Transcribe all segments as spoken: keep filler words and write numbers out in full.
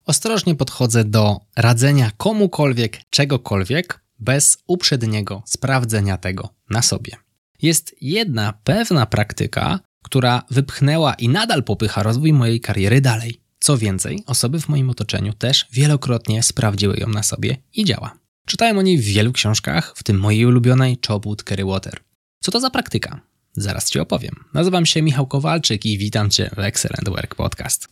Ostrożnie podchodzę do radzenia komukolwiek, czegokolwiek, bez uprzedniego sprawdzenia tego na sobie. Jest jedna pewna praktyka, która wypchnęła i nadal popycha rozwój mojej kariery dalej. Co więcej, osoby w moim otoczeniu też wielokrotnie sprawdziły ją na sobie i działa. Czytałem o niej w wielu książkach, w tym mojej ulubionej Chopwood Kerry Water. Co to za praktyka? Zaraz Ci opowiem. Nazywam się Michał Kowalczyk i witam Cię w Excellent Work Podcast.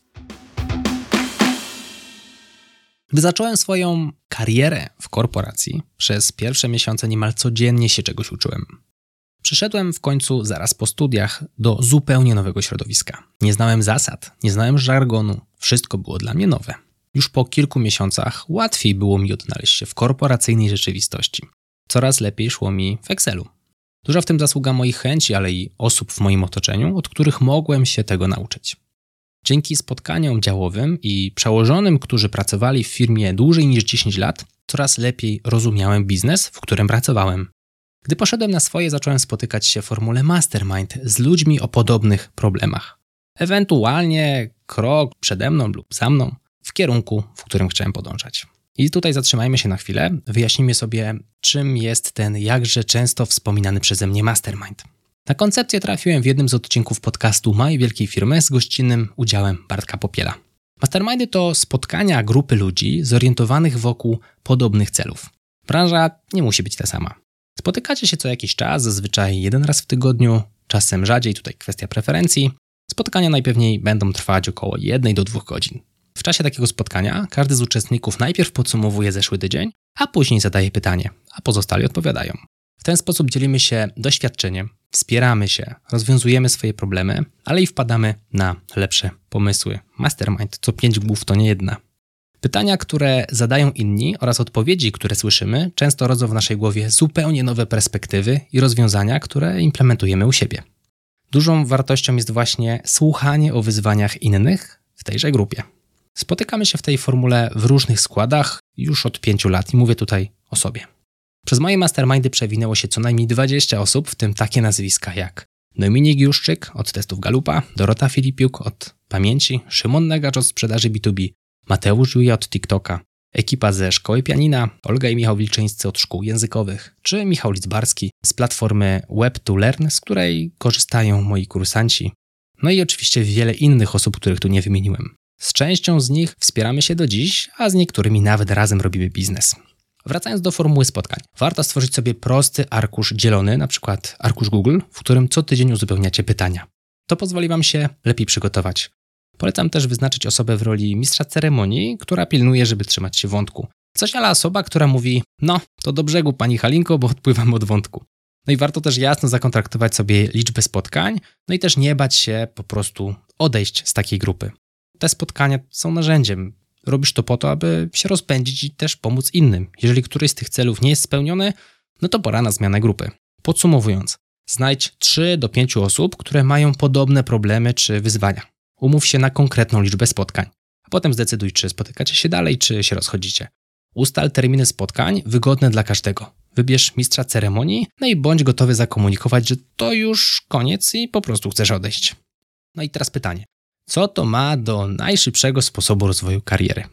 Gdy zacząłem swoją karierę w korporacji, przez pierwsze miesiące niemal codziennie się czegoś uczyłem. Przyszedłem w końcu zaraz po studiach do zupełnie nowego środowiska. Nie znałem zasad, nie znałem żargonu, wszystko było dla mnie nowe. Już po kilku miesiącach łatwiej było mi odnaleźć się w korporacyjnej rzeczywistości. Coraz lepiej szło mi w Excelu. Duża w tym zasługa moich chęci, ale i osób w moim otoczeniu, od których mogłem się tego nauczyć. Dzięki spotkaniom działowym i przełożonym, którzy pracowali w firmie dłużej niż dziesięć lat, coraz lepiej rozumiałem biznes, w którym pracowałem. Gdy poszedłem na swoje, zacząłem spotykać się w formule mastermind z ludźmi o podobnych problemach. Ewentualnie krok przede mną lub za mną w kierunku, w którym chciałem podążać. I tutaj zatrzymajmy się na chwilę, wyjaśnijmy sobie, czym jest ten jakże często wspominany przeze mnie mastermind. Na koncepcję trafiłem w jednym z odcinków podcastu Małej Wielkiej Firmy z gościnnym udziałem Bartka Popiela. Mastermindy to spotkania grupy ludzi zorientowanych wokół podobnych celów. Branża nie musi być ta sama. Spotykacie się co jakiś czas, zazwyczaj jeden raz w tygodniu, czasem rzadziej, tutaj kwestia preferencji. Spotkania najpewniej będą trwać około jednej do dwóch godzin. W czasie takiego spotkania każdy z uczestników najpierw podsumowuje zeszły tydzień, a później zadaje pytanie, a pozostali odpowiadają. W ten sposób dzielimy się doświadczeniem, wspieramy się, rozwiązujemy swoje problemy, ale i wpadamy na lepsze pomysły. Mastermind, co pięć głów to nie jedna. Pytania, które zadają inni oraz odpowiedzi, które słyszymy, często rodzą w naszej głowie zupełnie nowe perspektywy i rozwiązania, które implementujemy u siebie. Dużą wartością jest właśnie słuchanie o wyzwaniach innych w tejże grupie. Spotykamy się w tej formule w różnych składach już od pięciu lat i mówię tutaj o sobie. Przez moje mastermindy przewinęło się co najmniej dwadzieścia osób, w tym takie nazwiska jak Dominik Juszczyk od testów Galupa, Dorota Filipiuk od Pamięci, Szymon Negacz od sprzedaży B dwa B, Mateusz Juja od TikToka, ekipa ze Szkoły Pianina, Olga i Michał Wilczyńscy od Szkół Językowych, czy Michał Lidzbarski z platformy Web to Learn, z której korzystają moi kursanci. No i oczywiście wiele innych osób, których tu nie wymieniłem. Z częścią z nich wspieramy się do dziś, a z niektórymi nawet razem robimy biznes. Wracając do formuły spotkań, warto stworzyć sobie prosty arkusz dzielony, na przykład arkusz Google, w którym co tydzień uzupełniacie pytania. To pozwoli Wam się lepiej przygotować. Polecam też wyznaczyć osobę w roli mistrza ceremonii, która pilnuje, żeby trzymać się wątku. Coś ala osoba, która mówi, no to do brzegu Pani Halinko, bo odpływam od wątku. No i warto też jasno zakontraktować sobie liczbę spotkań, no i też nie bać się po prostu odejść z takiej grupy. Te spotkania są narzędziem. Robisz to po to, aby się rozpędzić i też pomóc innym. Jeżeli któryś z tych celów nie jest spełniony, no to pora na zmianę grupy. Podsumowując, znajdź trzy do pięciu osób, które mają podobne problemy czy wyzwania. Umów się na konkretną liczbę spotkań, a potem zdecyduj, czy spotykacie się dalej, czy się rozchodzicie. Ustal terminy spotkań wygodne dla każdego. Wybierz mistrza ceremonii, no i bądź gotowy zakomunikować, że to już koniec i po prostu chcesz odejść. No i teraz pytanie. Co to ma do najszybszego sposobu rozwoju kariery?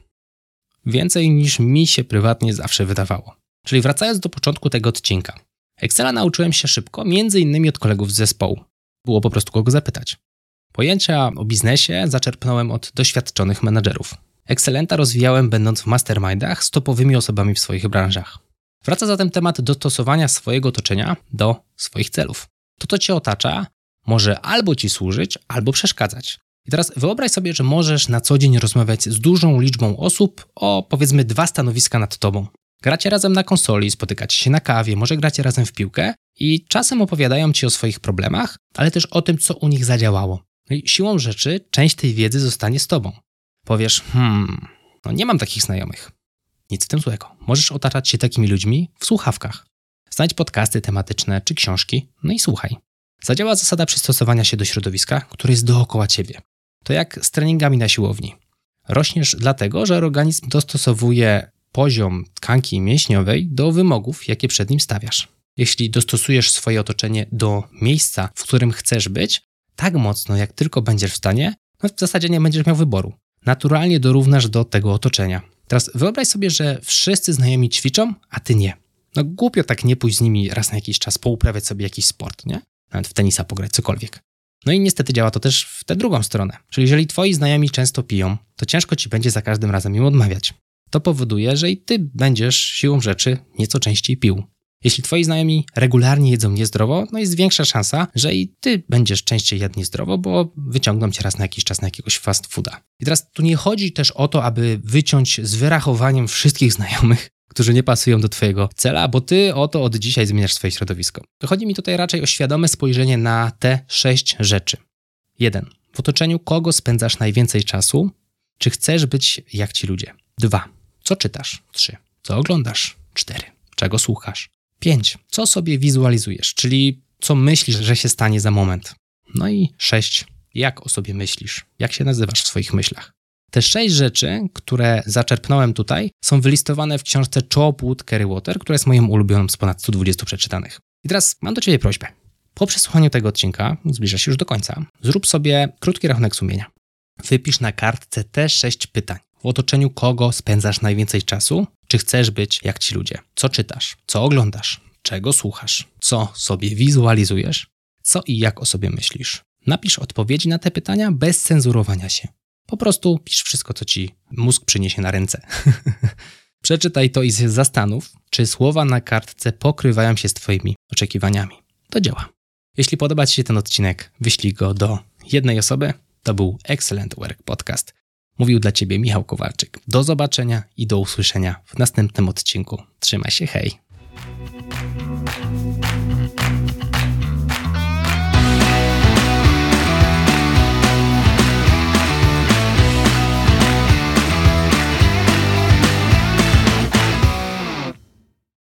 Więcej niż mi się prywatnie zawsze wydawało. Czyli wracając do początku tego odcinka. Excela nauczyłem się szybko, między innymi od kolegów z zespołu. Było po prostu kogo zapytać. Pojęcia o biznesie zaczerpnąłem od doświadczonych menadżerów. Excellenta rozwijałem będąc w mastermindach z topowymi osobami w swoich branżach. Wraca zatem temat dostosowania swojego otoczenia do swoich celów. To, co Cię otacza, może albo Ci służyć, albo przeszkadzać. I teraz wyobraź sobie, że możesz na co dzień rozmawiać z dużą liczbą osób o powiedzmy dwa stanowiska nad tobą. Gracie razem na konsoli, spotykacie się na kawie, może gracie razem w piłkę i czasem opowiadają ci o swoich problemach, ale też o tym, co u nich zadziałało. No i siłą rzeczy część tej wiedzy zostanie z tobą. Powiesz, hmm, no nie mam takich znajomych. Nic w tym złego. Możesz otaczać się takimi ludźmi w słuchawkach. Znajdź podcasty tematyczne czy książki, no i słuchaj. Zadziała zasada przystosowania się do środowiska, które jest dookoła ciebie. To jak z treningami na siłowni. Rośniesz dlatego, że organizm dostosowuje poziom tkanki mięśniowej do wymogów, jakie przed nim stawiasz. Jeśli dostosujesz swoje otoczenie do miejsca, w którym chcesz być, tak mocno, jak tylko będziesz w stanie, no w zasadzie nie będziesz miał wyboru. naturalnie dorównasz do tego otoczenia. Teraz wyobraź sobie, że wszyscy znajomi ćwiczą, a ty nie. No głupio tak nie pójść z nimi raz na jakiś czas, pouprawiać sobie jakiś sport, nie? Nawet w tenisa pograć, cokolwiek. No i niestety działa to też w tę drugą stronę. Czyli jeżeli twoi znajomi często piją, to ciężko ci będzie za każdym razem im odmawiać. To powoduje, że i ty będziesz siłą rzeczy nieco częściej pił. Jeśli twoi znajomi regularnie jedzą niezdrowo, no jest większa szansa, że i ty będziesz częściej jadł niezdrowo, bo wyciągną cię raz na jakiś czas na jakiegoś fast fooda. I teraz tu nie chodzi też o to, aby wyciąć z wyrachowaniem wszystkich znajomych, którzy nie pasują do twojego cela, bo ty oto od dzisiaj zmieniasz swoje środowisko. Chodzi mi tutaj raczej o świadome spojrzenie na te sześć rzeczy. jeden. W otoczeniu kogo spędzasz najwięcej czasu? Czy chcesz być jak ci ludzie? dwa. Co czytasz? trzy. Co oglądasz? cztery. Czego słuchasz? pięć. Co sobie wizualizujesz, czyli co myślisz, że się stanie za moment? No i sześć. Jak o sobie myślisz? Jak się nazywasz w swoich myślach? Te sześć rzeczy, które zaczerpnąłem tutaj, są wylistowane w książce Chop Wood Carry Water, która jest moją ulubioną z ponad stu dwudziestu przeczytanych. I teraz mam do ciebie prośbę. Po przesłuchaniu tego odcinka, zbliża się już do końca, zrób sobie krótki rachunek sumienia. Wypisz na kartce te sześć pytań. W otoczeniu kogo spędzasz najwięcej czasu? Czy chcesz być jak ci ludzie? Co czytasz? Co oglądasz? Czego słuchasz? Co sobie wizualizujesz? Co i jak o sobie myślisz? Napisz odpowiedzi na te pytania bez cenzurowania się. Po prostu pisz wszystko, co ci mózg przyniesie na ręce. Przeczytaj to i się zastanów, czy słowa na kartce pokrywają się z twoimi oczekiwaniami. To działa. Jeśli podoba ci się ten odcinek, wyślij go do jednej osoby. To był Excellent Work Podcast. Mówił dla ciebie Michał Kowalczyk. Do zobaczenia i do usłyszenia w następnym odcinku. Trzymaj się, hej!